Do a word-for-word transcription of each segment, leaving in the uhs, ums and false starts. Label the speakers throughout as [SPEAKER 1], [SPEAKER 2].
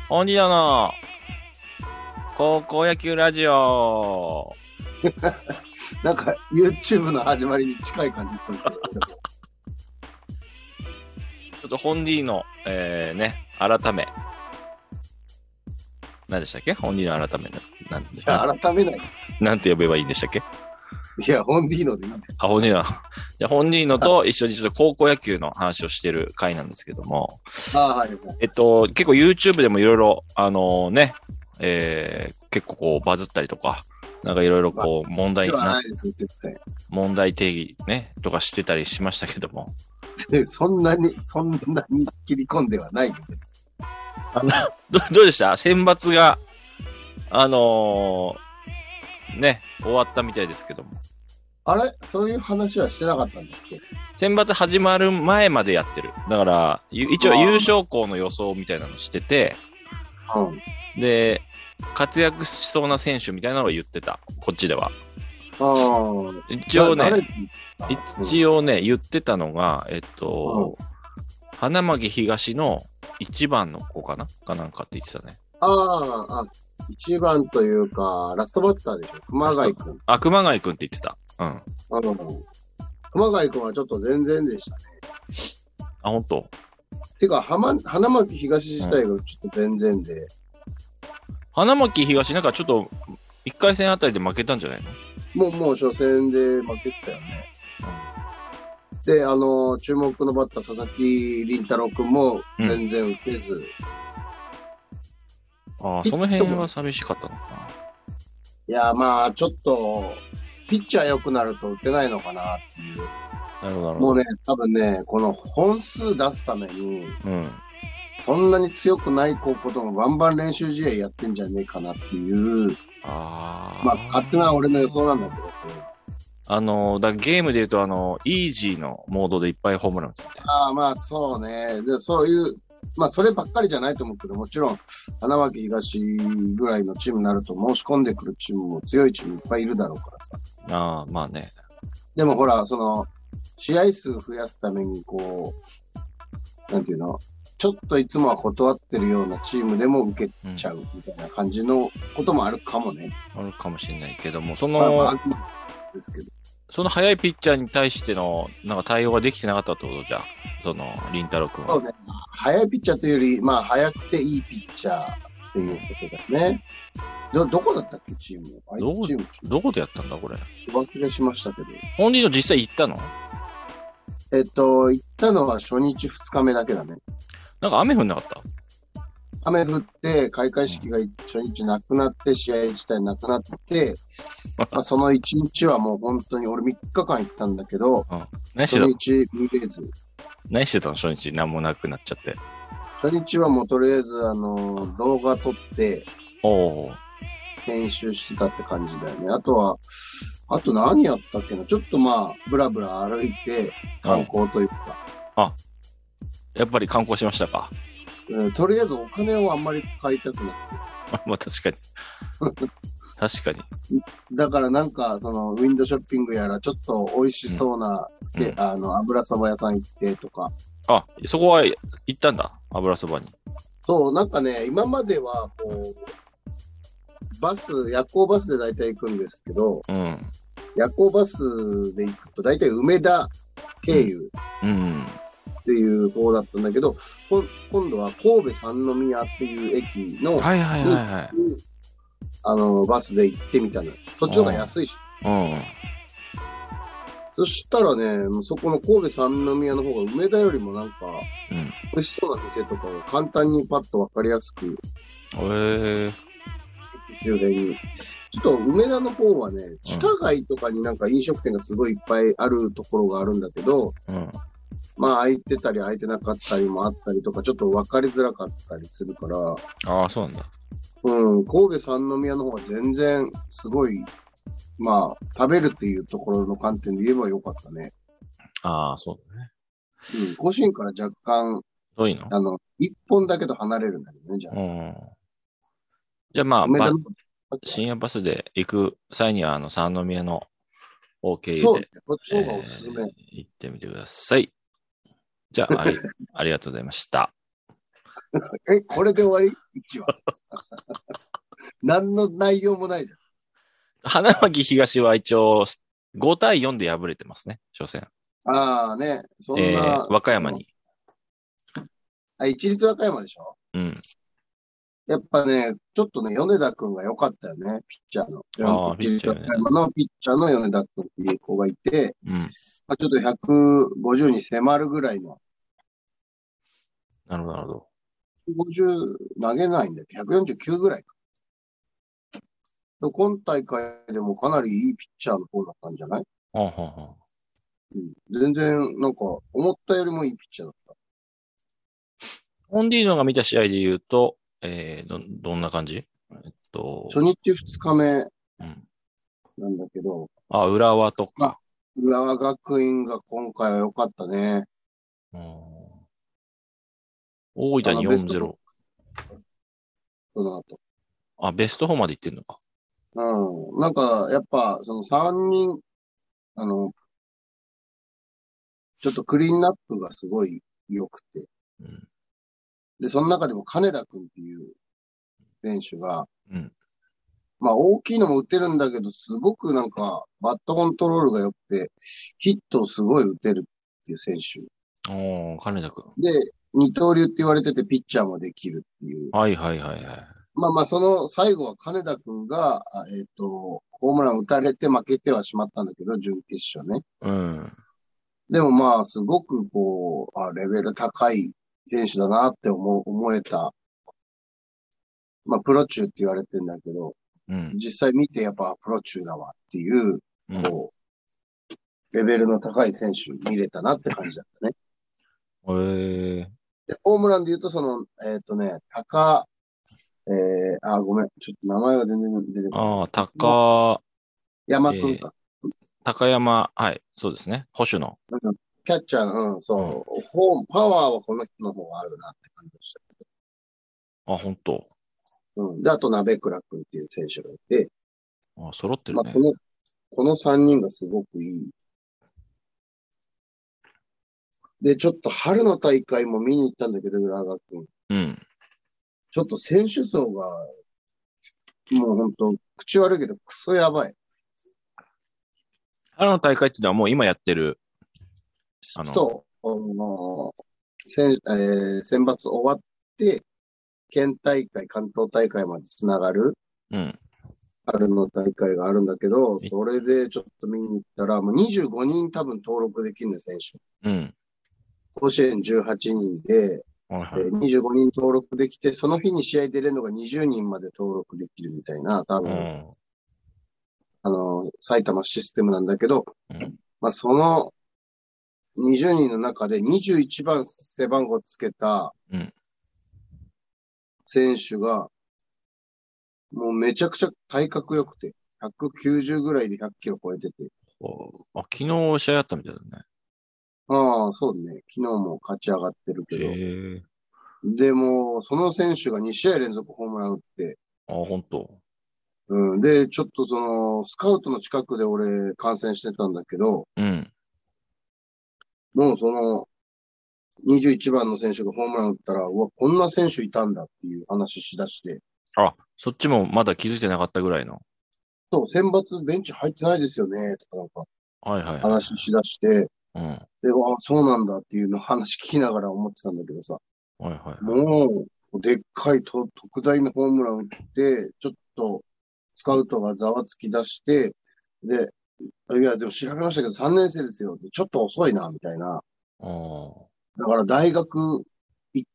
[SPEAKER 1] 本日の高校野球ラジオ。
[SPEAKER 2] なんか YouTube の始まりに近い感じするけど。
[SPEAKER 1] ちょっと本 D の、えー、ね、改め。何でしたっけ？本 D の改め。なん
[SPEAKER 2] いや、改めない。
[SPEAKER 1] なんて呼べばいいんでしたっけ？
[SPEAKER 2] いや、本 D のでいいんだよ。
[SPEAKER 1] あ、本 D の。じゃあ本 D のと一緒にちょっと高校野球の話をしてる回なんですけども。
[SPEAKER 2] ああ、はい。
[SPEAKER 1] えっと、結構 YouTube でもいろいろ、あのー、ね、えー、結構こうバズったりとか、なんかいろいろこう問題な、問題定義ね、とかしてたりしましたけども。
[SPEAKER 2] そんなに、そんなに切り込んではないよ、別に。
[SPEAKER 1] あの、ど、どうでした？選抜が、あのー、ね、終わったみたいですけども。
[SPEAKER 2] あれ？そういう話はしてなかったんだっけ？
[SPEAKER 1] 選抜始まる前までやってる。だから、一応優勝校の予想みたいなのしてて、うん、で、活躍しそうな選手みたいなのを言ってた。こっちでは。
[SPEAKER 2] あ
[SPEAKER 1] 一応ね、一応ね、言ってたのが、えっと、うん、花巻東の一番の子かなかなんかって言ってたね。
[SPEAKER 2] ああ、一番というか、ラストバッターでしょ。熊谷くん。
[SPEAKER 1] あ、熊谷くんって言ってた。うん。
[SPEAKER 2] あの、熊谷くんはちょっと全然でしたね。
[SPEAKER 1] あ、ほんと？
[SPEAKER 2] てか、花巻東自体がちょっと全然で。うん、
[SPEAKER 1] 花巻東なんかちょっと、一回戦あたりで負けたんじゃないの？
[SPEAKER 2] もう、もう初戦で負けてたよね。うん、で、あの、注目のバッター、佐々木麟太郎くんも全然打てず。
[SPEAKER 1] うん、ああ、その辺は寂しかったのかな。
[SPEAKER 2] いや、まあ、ちょっと、ピッチャー良くなると打てないのかなっていう。
[SPEAKER 1] なるほど。
[SPEAKER 2] もうね、多分ね、この本数出すために、
[SPEAKER 1] うん、
[SPEAKER 2] そんなに強くない高校ともバンバン練習試合やってんじゃねえかなっていう、
[SPEAKER 1] あ
[SPEAKER 2] まあ、勝手な俺の予想なんだけど。
[SPEAKER 1] あの、だゲームで言うと、あの、イージーのモードでいっぱいホームラン打つみたいな。
[SPEAKER 2] ああ、まあ、そうね。で、そういう、まあ、そればっかりじゃないと思うけど、もちろん、花巻東ぐらいのチームになると申し込んでくるチームも強いチームいっぱいいるだろうからさ。
[SPEAKER 1] ああ、まあね。
[SPEAKER 2] でもほら、その、試合数増やすために、こう、なんていうの、ちょっといつもは断ってるようなチームでも受けちゃうみたいな感じのこともあるかもね。
[SPEAKER 1] うん、あるかもしれないけども、その、まあまあ、
[SPEAKER 2] ですけど。
[SPEAKER 1] その速いピッチャーに対しての、なんか対応ができてなかったってことじゃ、その、麟太郎君は。
[SPEAKER 2] そうね。速いピッチャーというより、まあ、速くていいピッチャーっていうことだね。ど、どこだったっけ、チーム。
[SPEAKER 1] どこ、
[SPEAKER 2] チーム
[SPEAKER 1] どこでやったんだ、これ。
[SPEAKER 2] 忘れしましたけど。
[SPEAKER 1] 本人の実際行ったの？
[SPEAKER 2] えっと、行ったのは初日二日目だけだね。
[SPEAKER 1] なんか雨降んなかった？
[SPEAKER 2] 雨降って、開会式が初日なくなって、試合自体なくなって、まあその一日はもう本当に、俺みっかかん行ったんだけど、うん、
[SPEAKER 1] 何してたの？
[SPEAKER 2] 初日見れず。
[SPEAKER 1] 何してたの初日？何もなくなっちゃって。
[SPEAKER 2] 初日はもうとりあえず、あの、動画撮って、
[SPEAKER 1] お
[SPEAKER 2] 編集してたって感じだよね。あとは、あと何やったっけな？ちょっとまあ、ブラブラ歩いて、観光というか。
[SPEAKER 1] あ、やっぱり観光しましたか？
[SPEAKER 2] うん、とりあえずお金をあんまり使いたくないです。
[SPEAKER 1] まあ確かに。確かに。
[SPEAKER 2] だからなんか、その、ウィンドショッピングやら、ちょっと美味しそうな、うん、あの、油そば屋さん行ってとか。
[SPEAKER 1] あ、そこは行ったんだ。油そばに。
[SPEAKER 2] そう、なんかね、今までは、こう、バス、夜行バスで大体行くんですけど、うん、夜行バスで行くと大体梅田経由。うん、うんっていう方だったんだけど、今度は神戸三宮っていう駅の、
[SPEAKER 1] はいはいはいはい、
[SPEAKER 2] あの、バスで行ってみたの。そっちの方が安いし。うん、そしたらね、そこの神戸三宮の方が梅田よりもなんか、うん、美味しそうな店とかが簡単にパッとわかりやすく。
[SPEAKER 1] へー。
[SPEAKER 2] 周辺に。ちょっと梅田の方はね、地下街とかになんか飲食店がすごいいっぱいあるところがあるんだけど、うんまあ、空いてたり空いてなかったりもあったりとか、ちょっと分かりづらかったりするから。
[SPEAKER 1] ああ、そうなんだ。
[SPEAKER 2] うん、神戸三宮の方が全然、すごい、まあ、食べるっていうところの観点で言えばよかったね。
[SPEAKER 1] ああ、そうだね。
[SPEAKER 2] うん、甲子園から若干、
[SPEAKER 1] 遠いの？
[SPEAKER 2] あの、一本だけど離れるんだけどね、じゃあ。うん、
[SPEAKER 1] じゃあまあ、まあ、深夜バスで行く際には、あの、三宮の OK で。
[SPEAKER 2] そう、こっちの方がおすすめ、
[SPEAKER 1] えー。行ってみてください。じゃあ、あり、ありがとうございました。
[SPEAKER 2] え、これで終わり ?いち 話。何の内容もないじゃん。
[SPEAKER 1] 花巻東は一応ごたいよんで敗れてますね、初戦。
[SPEAKER 2] ああね、そんな。
[SPEAKER 1] えー、和歌山に。
[SPEAKER 2] あ、一律和歌山でしょ？
[SPEAKER 1] うん。
[SPEAKER 2] やっぱね、ちょっとね、米田くんが良かったよね、ピッチャーの。
[SPEAKER 1] ああ、
[SPEAKER 2] 一律和歌山のピッチャーの米田くんっていう子がいて、
[SPEAKER 1] うん。
[SPEAKER 2] まあ、ちょっとひゃくごじゅうに迫るぐらいの。
[SPEAKER 1] なるほど、なるほど。
[SPEAKER 2] ひゃくごじゅう投げないんだっけ？ ひゃくよんじゅうきゅう ぐらいか。今大会でもかなりいいピッチャーの方だったんじゃない？
[SPEAKER 1] はあはあはあ、
[SPEAKER 2] うん、全然、なんか、思ったよりもいいピッチャーだった。
[SPEAKER 1] オンディーノが見た試合で言うと、えー、ど、どんな感じ？えっと。
[SPEAKER 2] 初日二日目なんだけど。うん、
[SPEAKER 1] あ、浦和とか。
[SPEAKER 2] 浦和学院が今回は良かったね。
[SPEAKER 1] うん、大分に よんたいゼロ。
[SPEAKER 2] その後。
[SPEAKER 1] あ、ベストよんまで行ってんのか。
[SPEAKER 2] うん。なんか、やっぱ、そのさんにん、あの、ちょっとクリーンナップがすごい良くて。うん、で、その中でも金田君っていう選手が、うん、まあ大きいのも打てるんだけど、すごくなんか、バットコントロールが良くて、ヒットをすごい打てるっていう選手。
[SPEAKER 1] おー、金田君。
[SPEAKER 2] で、二刀流って言われてて、ピッチャーもできるっていう。
[SPEAKER 1] はいはいはいはい。
[SPEAKER 2] まあまあ、その最後は金田君が、えっと、ホームラン打たれて負けてはしまったんだけど、準決勝ね。うん。でもまあ、すごくこう、あ、レベル高い選手だなって思、思えた。まあ、プロ中って言われてんだけど、うん、実際見てやっぱプロ中だわっていう、こう、レベルの高い選手見れたなって感じだったね。へえ。で、ホームランで言うと、その、えっとね、高、えー、あ、ごめん。ちょっと名前が全然出てこない。
[SPEAKER 1] ああ、高、
[SPEAKER 2] 山くんか、
[SPEAKER 1] えー。高山、はい、そうですね。保守の。
[SPEAKER 2] キャッチャー、うん、そう、うん、ホーム、パワーはこの人の方があるなって感じでしたけ
[SPEAKER 1] ど。あ、本当。
[SPEAKER 2] うん。で、あと、鍋倉くんっていう選手がいて。
[SPEAKER 1] あ、揃ってるね。まあ、
[SPEAKER 2] この、このさんにんがすごくいい。で、ちょっと春の大会も見に行ったんだけど、浦和くん。うん。ちょっと選手層が、もう本当口悪いけど、クソやばい。
[SPEAKER 1] 春の大会っていうのはもう今やってる。
[SPEAKER 2] あのそう。あの、選、えー、選抜終わって、県大会、関東大会までつながる。うん。春の大会があるんだけど、それでちょっと見に行ったら、もうにじゅうごにん多分登録できるの、選手。うん。甲子園じゅうはちにんで、はいはい、にじゅうごにん登録できて、その日に試合出れるのがにじゅうにんまで登録できるみたいな、多分、うん、あの、埼玉システムなんだけど、うん、まあ、そのにじゅうにんの中でにじゅういちばん背番号つけた選手が、もうめちゃくちゃ体格良くて、ひゃくきゅうじゅうぐらいでひゃっキロ超えてて。
[SPEAKER 1] あ、昨日試合あったみたいだね。
[SPEAKER 2] ああ、そうね。昨日も勝ち上がってるけど。でも、その選手がに試合連続ホームラン打って。
[SPEAKER 1] あ、本当。
[SPEAKER 2] うん。で、ちょっとその、スカウトの近くで俺観戦してたんだけど。うん。もうその、にじゅういちばんの選手がホームラン打ったら、うわ、こんな選手いたんだっていう話しだして。
[SPEAKER 1] あ、そっちもまだ気づいてなかったぐらいの。
[SPEAKER 2] そう、選抜ベンチ入ってないですよね、とかなんか。はいはい、はい。話しだして。うん。で、あ、そうなんだっていうの話聞きながら思ってたんだけどさ。はいはい、はい。もう、でっかいと特大のホームラン打って、ちょっと、スカウトがざわつき出して、で、いや、でも調べましたけどさんねん生ですよ。ちょっと遅いな、みたいな。だから大学行って、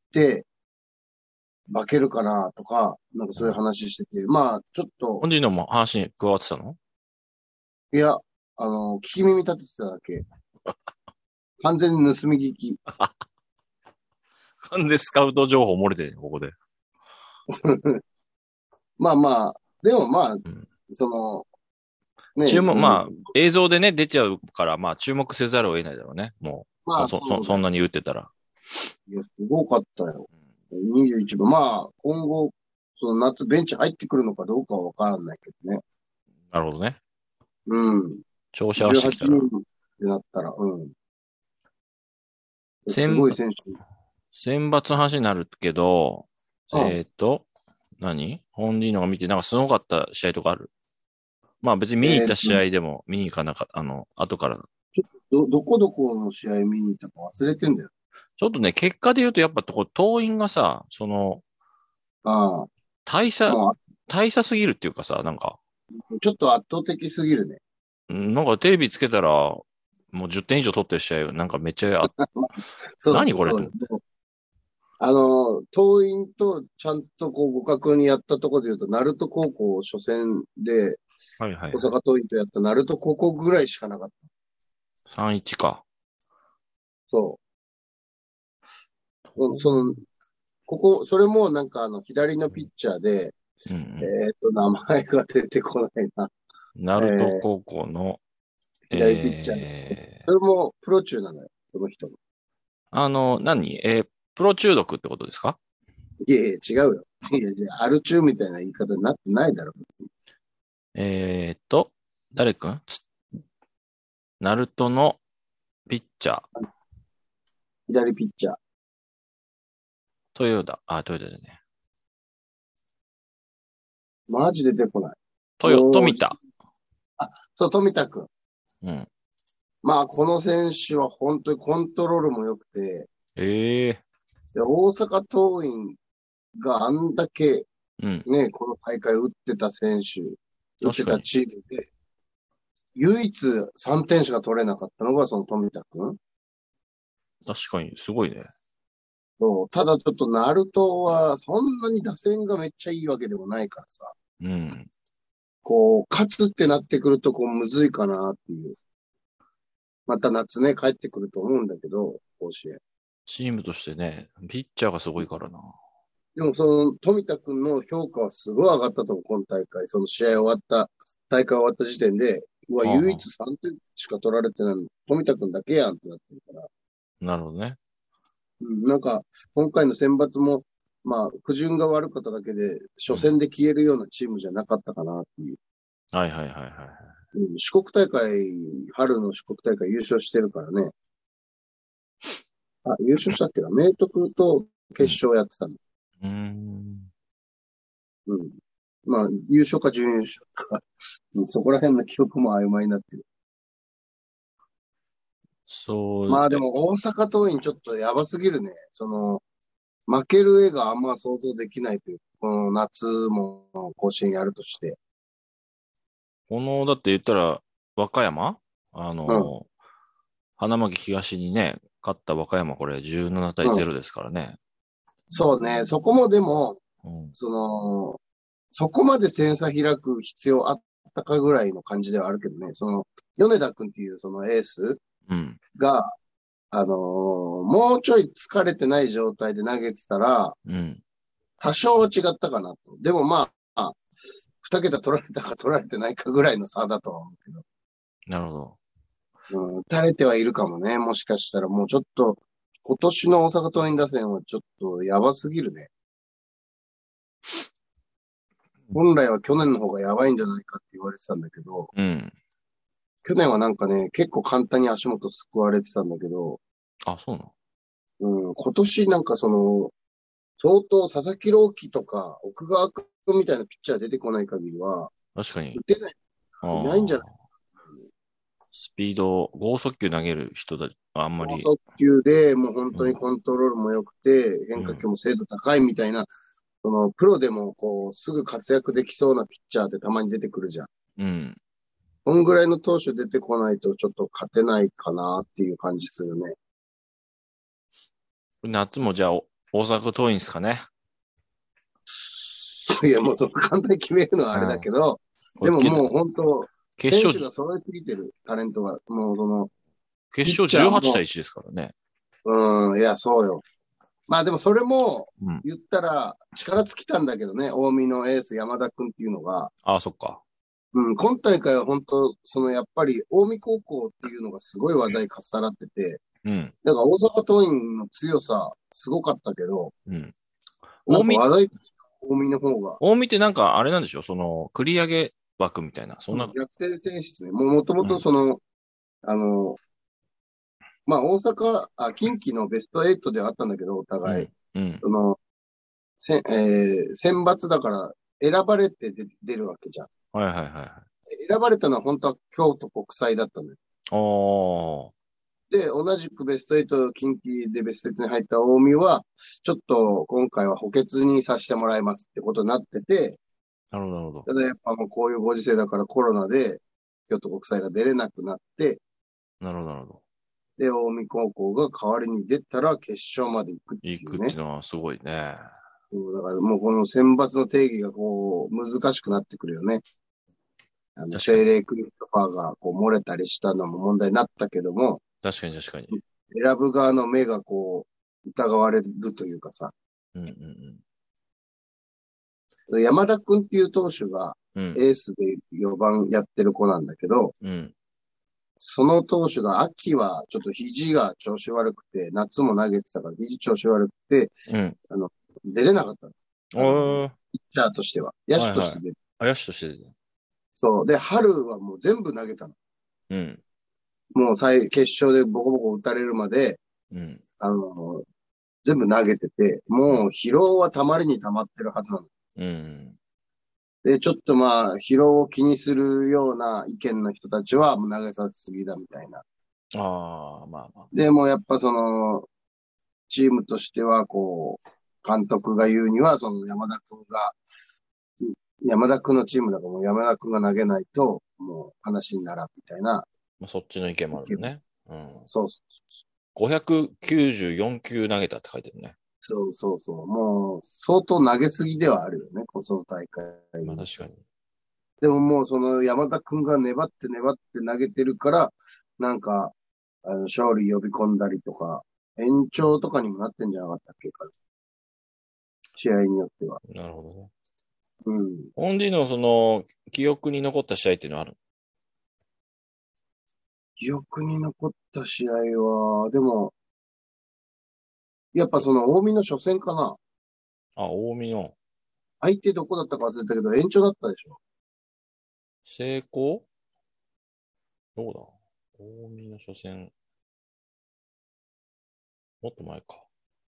[SPEAKER 2] 化けるかなとか、なんかそういう話してて、まあ、ちょっと。
[SPEAKER 1] 本人のも話に加わってたの？
[SPEAKER 2] いや、あの、聞き耳立ててただけ。完全に盗み聞き。
[SPEAKER 1] 完全にスカウト情報漏れてる、ここで。
[SPEAKER 2] まあまあ、でもまあ、うん、その、
[SPEAKER 1] ね、注目、まあ、映像でね、出ちゃうから、まあ、注目せざるを得ないだろうね、もう。まあ、そ、そ、そんなに打ってたら。
[SPEAKER 2] いや、すごかったよ。にじゅういちばん。まあ、今後、その夏ベンチ入ってくるのかどうかはわからないけどね。
[SPEAKER 1] なるほどね。
[SPEAKER 2] うん。
[SPEAKER 1] 調子合わせてきたら。
[SPEAKER 2] じゅうはちにんってなったら、うん。すごい選手。
[SPEAKER 1] 選抜の話になるけど、
[SPEAKER 2] うん、
[SPEAKER 1] えっ、ー、と、何本人のが見て、なんかすごかった試合とかある？まあ別に見に行った試
[SPEAKER 2] えーっと、
[SPEAKER 1] 合でも見に行かなかった、あの、後から。
[SPEAKER 2] ちょっとど、どこどこの試合見に行ったか忘れてんだよ。
[SPEAKER 1] ちょっとね、結果で言うとやっぱこう、党員がさ、その、
[SPEAKER 2] ああ、
[SPEAKER 1] 大差、
[SPEAKER 2] も
[SPEAKER 1] 大差すぎるっていうかさ、なんか、
[SPEAKER 2] う、ちょっと圧倒的すぎるね。
[SPEAKER 1] なんかテレビつけたら、もうじゅってん以上取ってる試合、なんかめっちゃあ、
[SPEAKER 2] そう、そう。
[SPEAKER 1] 何これと思って。
[SPEAKER 2] あの、党員とちゃんとこう互角にやったところで言うと、鳴門高校初戦で、
[SPEAKER 1] はいはいはい。
[SPEAKER 2] 大阪桐蔭とやった鳴門高校ぐらいしかなかった。
[SPEAKER 1] さんいちか。
[SPEAKER 2] そう。その、ここ、それもなんかあの、左のピッチャーで、
[SPEAKER 1] うんうん。
[SPEAKER 2] えっと、名前が出てこないな。
[SPEAKER 1] ナルト
[SPEAKER 2] えー、
[SPEAKER 1] 高校の、
[SPEAKER 2] 左ピッチャーで。
[SPEAKER 1] えー、
[SPEAKER 2] それもプロ中なのよ、この人も。
[SPEAKER 1] あの、何えー、プロ中毒ってことですか？
[SPEAKER 2] いやいや、違うよ。いやいや、アル中みたいな言い方になってないだろ、別に。
[SPEAKER 1] えーっと、誰くんつナルトのピッチャー。
[SPEAKER 2] 左ピッチャー。
[SPEAKER 1] トヨタ、あ、トヨタじゃね。
[SPEAKER 2] マジで出てこない。
[SPEAKER 1] トヨ、
[SPEAKER 2] もう、
[SPEAKER 1] 富田。
[SPEAKER 2] あ、そう、富田くん。
[SPEAKER 1] うん。
[SPEAKER 2] まあ、この選手は本当にコントロールも良くて、
[SPEAKER 1] ええ
[SPEAKER 2] で大阪桐蔭があんだけ
[SPEAKER 1] ー、うん。
[SPEAKER 2] ね、この大会打ってた選手、打って
[SPEAKER 1] 確かに。
[SPEAKER 2] たチームで、唯一さんてんしか取れなかったのがその富田くん。
[SPEAKER 1] 確かに、すごいね。
[SPEAKER 2] そうただちょっとナルトはそんなに打線がめっちゃいいわけでもないからさ、
[SPEAKER 1] うん。
[SPEAKER 2] こう、勝つってなってくるとこうむずいかなっていう。また夏ね、帰ってくると思うんだけど、甲子園。
[SPEAKER 1] チームとしてね、ピッチャーがすごいからな。
[SPEAKER 2] でもその富田くんの評価はすごい上がったと思う、今大会。その試合終わった、大会終わった時点で、うわ、
[SPEAKER 1] はあはあ、
[SPEAKER 2] 唯一さんてんしか取られてないの、富田くんだけやんってなってるから。
[SPEAKER 1] なるほどね。
[SPEAKER 2] うん、なんか、今回の選抜も、まあ、苦順が悪かっただけで、初
[SPEAKER 1] うん。
[SPEAKER 2] 戦で消えるようなチームじゃなかったかなっていう。
[SPEAKER 1] はいはいはいはい。
[SPEAKER 2] うん、四国大会、春の四国大会優勝してるからね。あ、優勝したっけな、明徳と決
[SPEAKER 1] うん。
[SPEAKER 2] 勝やってたの。
[SPEAKER 1] うーん。
[SPEAKER 2] うん。まあ、優勝か準優勝か。うん、そこら辺の記憶も曖昧になってる。
[SPEAKER 1] そう、え、
[SPEAKER 2] まあでも大阪桐蔭ちょっとやばすぎるね。その、負ける絵があんま想像できないという。この夏も甲子園やるとして。
[SPEAKER 1] この、だって言ったら、和歌山あ
[SPEAKER 2] うん、
[SPEAKER 1] の、花巻東にね、勝った和歌山これじゅうなな対
[SPEAKER 2] うん。
[SPEAKER 1] ゼロですからね。
[SPEAKER 2] そうね。そこもでも、
[SPEAKER 1] うん。
[SPEAKER 2] その、そこまで点差開く必要あったかぐらいの感じではあるけどね。その、米田君っていうそのエース
[SPEAKER 1] うん。
[SPEAKER 2] が、あのーもうちょい疲れてない状態で投げてたら、
[SPEAKER 1] うん。
[SPEAKER 2] 多少は違ったかなと。でもまあ、二桁取られたか取られてないかぐらいの差だとは思うけど。
[SPEAKER 1] なるほど。
[SPEAKER 2] うん、打たれてはいるかもね。もしかしたらもうちょっと、今年の大阪桐蔭打線はちょっとやばすぎるね。本来は去年の方がやばいんじゃないかって言われてたんだけど、
[SPEAKER 1] うん。
[SPEAKER 2] 去年はなんかね、結構簡単に足元救われてたんだけど、
[SPEAKER 1] あ、そうなの？
[SPEAKER 2] うん、今年なんかその、相当佐々木朗希とか奥川君みたいなピッチャー出てこない限りは、
[SPEAKER 1] 確かに。
[SPEAKER 2] 打てない、いないんじゃないか
[SPEAKER 1] ああ。スピード、剛速球投げる人だ、あんま
[SPEAKER 2] 高
[SPEAKER 1] り。
[SPEAKER 2] 速球でもう本当に
[SPEAKER 1] うん。
[SPEAKER 2] コントロールも良くて、
[SPEAKER 1] うん。
[SPEAKER 2] 変化球も精度高いみたいな、そのプロでもこう、すぐ活躍できそうなピッチャーってたまに出てくるじゃん。
[SPEAKER 1] うん。
[SPEAKER 2] こんぐらいの投手出てこないとちょっと勝てないかなっていう感じするね。
[SPEAKER 1] 夏もじゃあ、お大阪桐蔭ですかね。
[SPEAKER 2] いや、もうそこ簡単に決めるのはあれだ
[SPEAKER 1] うん。
[SPEAKER 2] けど、
[SPEAKER 1] これ、け
[SPEAKER 2] でももう本当、選
[SPEAKER 1] 決勝、
[SPEAKER 2] 手が揃いすぎてる、タレントが。もうその、ピッ
[SPEAKER 1] 決勝じゅうはち
[SPEAKER 2] チャーも、
[SPEAKER 1] 対いちですからね。
[SPEAKER 2] うん、いや、そうよ。まあでもそれも、
[SPEAKER 1] うん。
[SPEAKER 2] 言ったら力尽きたんだけどね、近江のエース山田君っていうのが、
[SPEAKER 1] ああ、そっか。
[SPEAKER 2] うん、今大会は本当、そのやっぱり近江高校っていうのがすごい話題かっさらってて、
[SPEAKER 1] うん。
[SPEAKER 2] だから大阪桐蔭の強さすごかったけど、
[SPEAKER 1] うん。
[SPEAKER 2] なんか
[SPEAKER 1] 近江、
[SPEAKER 2] 話題、近江の方が、
[SPEAKER 1] 近江ってなんかあれなんでしょ？その、繰り上げ枠みたいな。そんな、
[SPEAKER 2] 逆転選出ね、もうもとも
[SPEAKER 1] うん。
[SPEAKER 2] とその、あの、 まあ大阪、あ、近畿のベストエイトではあったんだけど、お互い。
[SPEAKER 1] うん。
[SPEAKER 2] その、せ、えー選抜だから選ばれて出出るわけじゃん。
[SPEAKER 1] はいはいはいはい。
[SPEAKER 2] 選ばれたのは本当は京都国際だったんだよ。
[SPEAKER 1] おー。
[SPEAKER 2] で、同じくベストエイト、近畿でベストエイトに入った近江は、ちょっと今回は補欠にさせてもらいますってことになってて、
[SPEAKER 1] なるほど、なるほど。
[SPEAKER 2] ただやっぱもうこういうご時世だからコロナで京都国際が出れなくなって、
[SPEAKER 1] なるほど、なるほど。
[SPEAKER 2] で、近江高校が代わりに出たら決勝まで行くっていうね。
[SPEAKER 1] 行くっていうのはすごいね。
[SPEAKER 2] そうだからもうこの選抜の定義がこう難しくなってくるよね。あの、精霊クリストファーがこう漏れたりしたのも問題になったけども、
[SPEAKER 1] 確かに確かに。
[SPEAKER 2] 選ぶ側の目がこう疑われるというかさ、
[SPEAKER 1] うんうん
[SPEAKER 2] 山田くんっていう投手が
[SPEAKER 1] うん。うん。
[SPEAKER 2] エースでよばんやってる子なんだけど、
[SPEAKER 1] うん。
[SPEAKER 2] その投手が秋はちょっと肘が調子悪くて、夏も投げてたから肘調子悪くて、
[SPEAKER 1] うん。
[SPEAKER 2] あの、出れなかったの。
[SPEAKER 1] おー。
[SPEAKER 2] ピッチャーとしては。野手として出る。
[SPEAKER 1] あ、野手として出てる。
[SPEAKER 2] そう。で、春はもう全部投げたの。
[SPEAKER 1] うん。
[SPEAKER 2] もう最、決勝でボコボコ打たれるまで、
[SPEAKER 1] うん。
[SPEAKER 2] あの、全部投げてて、もう疲労はたまりにたまってるはずなの。
[SPEAKER 1] うん。
[SPEAKER 2] で、ちょっとまあ、疲労を気にするような意見の人たちは、もう投げさせすぎだみたいな。
[SPEAKER 1] ああ、まあまあ。
[SPEAKER 2] でもやっぱその、チームとしては、こう、監督が言うには、その山田くんが、山田くんのチームだからもう山田くんが投げないと、もう話にならんみたいな。
[SPEAKER 1] まあ、そっちの意見もあるよね。うん。
[SPEAKER 2] そうそうそう。
[SPEAKER 1] ごひゃくきゅうじゅうよん球投げたって書いてるね。
[SPEAKER 2] そうそうそう。もう、相当投げすぎではあるよね、その大会。
[SPEAKER 1] まあ確かに。
[SPEAKER 2] でももうその山田くんが粘って粘って投げてるから、なんか、あの、勝利呼び込んだりとか、延長とかにもなってんじゃなかったっけか。試合によっては。
[SPEAKER 1] なるほどね。
[SPEAKER 2] うん。
[SPEAKER 1] オンディのその、記憶に残った試合っていうのはある？
[SPEAKER 2] 記憶に残った試合は、でも、やっぱその、近江の初戦かな。
[SPEAKER 1] あ、近江の
[SPEAKER 2] 相手どこだったか忘れたけど、延長だったでしょ。
[SPEAKER 1] 成功どうだ近江の初戦。もっと前か。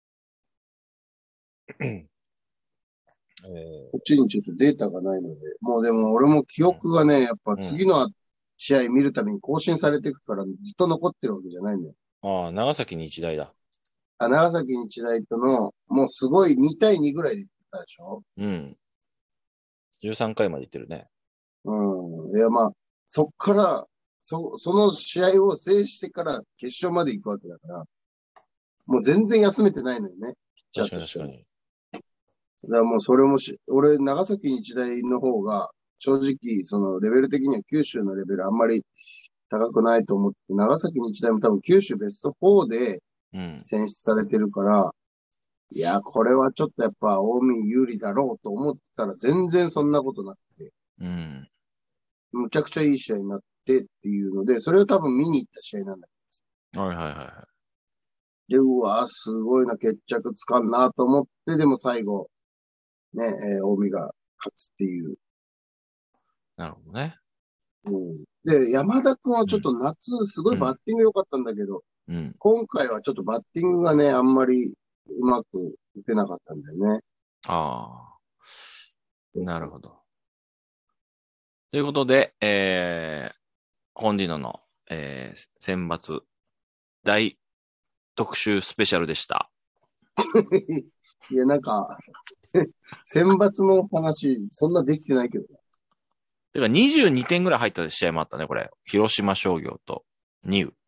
[SPEAKER 1] え
[SPEAKER 2] こっちにちょっとデータがないので、もうでも俺も記憶がね、やっぱ次の試合見るたびに更新されていくからずっと残ってるわけじゃないんだよ。
[SPEAKER 1] ー、ああ、長崎日大だ。
[SPEAKER 2] あ、長崎日大との、もうすごいに対にぐらいで言ってたでしょ。
[SPEAKER 1] うん。じゅうさんかいまで行ってるね。
[SPEAKER 2] うん。いや、まあ、そっから、そ、その試合を制してから決勝まで行くわけだから、もう全然休めてないのよね。ピッチャー
[SPEAKER 1] 確かに
[SPEAKER 2] としては。
[SPEAKER 1] 確かに。
[SPEAKER 2] だからもうそれもし、俺、長崎日大の方が、正直、そのレベル的には九州のレベルあんまり高くないと思って、長崎日大も多分九州ベストフォーで
[SPEAKER 1] うん。
[SPEAKER 2] 選出されてるから、いや、これはちょっとやっぱ、近江有利だろうと思ったら全然そんなことなくて、
[SPEAKER 1] うん。
[SPEAKER 2] むちゃくちゃいい試合になってっていうので、それを多分見に行った試合なんだ
[SPEAKER 1] はいはいはいは
[SPEAKER 2] で、うわすごいな、決着つかんなと思って、でも最後、ね、えー、近江が勝つっていう。
[SPEAKER 1] い。なるほどね。
[SPEAKER 2] うん、で、山田くんはちょっと夏、すごいバッティング良かったんだけど、
[SPEAKER 1] うん。
[SPEAKER 2] 今回はちょっとバッティングがね、あんまりうまく打てなかったんだよね。
[SPEAKER 1] ああ。なるほど。ということで、えー、本ディノの、えー、選抜大特集スペシャルでした。
[SPEAKER 2] いや、なんか、選抜の話、そんなできてないけど。
[SPEAKER 1] てかにじゅうにてんぐらい入った試合もあったね、これ。広島商業とニュー。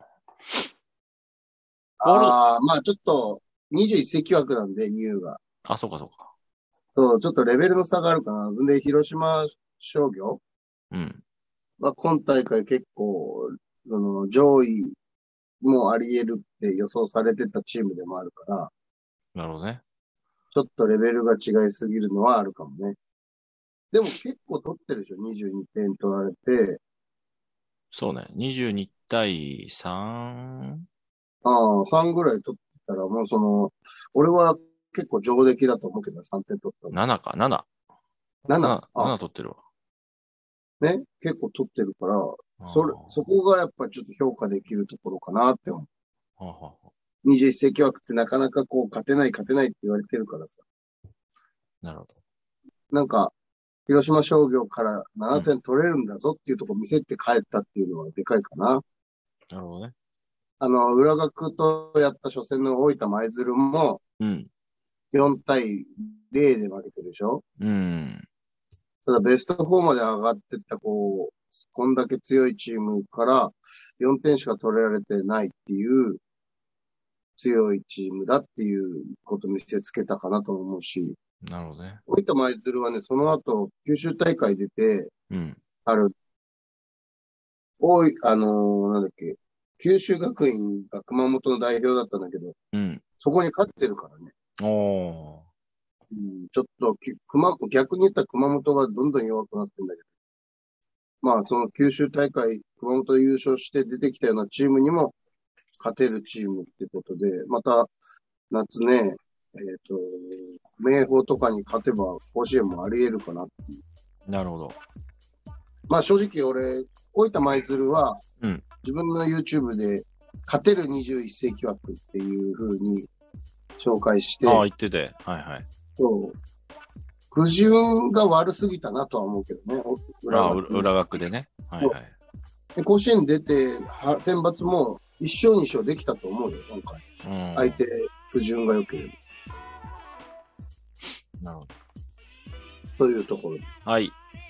[SPEAKER 2] ああ、まあちょっと、にじゅういっ世紀枠なんで、ニューが。
[SPEAKER 1] あ、そうかそうか。
[SPEAKER 2] そう、ちょっとレベルの差があるかな。で、広島商業
[SPEAKER 1] うん。
[SPEAKER 2] は今大会結構、その、上位もあり得るって予想されてたチームでもあるから、
[SPEAKER 1] なるほどね。
[SPEAKER 2] ちょっとレベルが違いすぎるのはあるかもね。でも結構取ってるでしょ ?にじゅうに 点取られて。
[SPEAKER 1] そうね。にじゅうにたいさん?
[SPEAKER 2] ああ、さんぐらい取ってたら、もうその、俺は結構上出来だと思うけど、さんてん取ったの。
[SPEAKER 1] ななか、なな。
[SPEAKER 2] なな。
[SPEAKER 1] なな、
[SPEAKER 2] あ、
[SPEAKER 1] なな取ってるわ。
[SPEAKER 2] ね。結構取ってるから、それ、そこがやっぱりちょっと評価できるところかなって思う。
[SPEAKER 1] はあはあ、
[SPEAKER 2] にじゅういっ世紀枠ってなかなかこう、勝てない勝てないって言われてるからさ。
[SPEAKER 1] なるほど。
[SPEAKER 2] なんか、広島商業からななてん取れるんだぞっていうところ見せて帰ったっていうのはでかいかな。
[SPEAKER 1] なるほどね。
[SPEAKER 2] あの、浦学とやった初戦の大分舞鶴も、よんたいゼロで負けてるでしょ。
[SPEAKER 1] うん。
[SPEAKER 2] ただベストよんまで上がってった、こう、こんだけ強いチームからよんてんしか取れられてないっていう強いチームだっていうことを見せつけたかなと思うし。
[SPEAKER 1] なるほどね。
[SPEAKER 2] 大分舞鶴はね、その後、九州大会出て、
[SPEAKER 1] うん。
[SPEAKER 2] ある、多い、あのー、なんだっけ、九州学院が熊本の代表だったんだけど、
[SPEAKER 1] うん。
[SPEAKER 2] そこに勝ってるからね。
[SPEAKER 1] おー。
[SPEAKER 2] うん、ちょっとき、熊、逆に言ったら熊本がどんどん弱くなってんだけど、まあ、その九州大会、熊本で優勝して出てきたようなチームにも勝てるチームってことで、また、夏ね、えっ、と、明豊とかに勝てば甲子園もあり得るかなっていう。
[SPEAKER 1] なるほど。
[SPEAKER 2] まあ正直俺、大分舞鶴は、
[SPEAKER 1] うん、
[SPEAKER 2] 自分の YouTube で勝てるにじゅういっ世紀枠っていう風に紹介して。
[SPEAKER 1] ああ、言ってて。はいはい。
[SPEAKER 2] そう。苦順が悪すぎたなとは思うけどね。
[SPEAKER 1] 裏学。裏学でね。はいはい。
[SPEAKER 2] で甲子園出て、選抜もいっ勝に勝できたと思うよ、今回。うん、相手、苦順が良ければ。
[SPEAKER 1] なるほど。
[SPEAKER 2] というところです。
[SPEAKER 1] はい。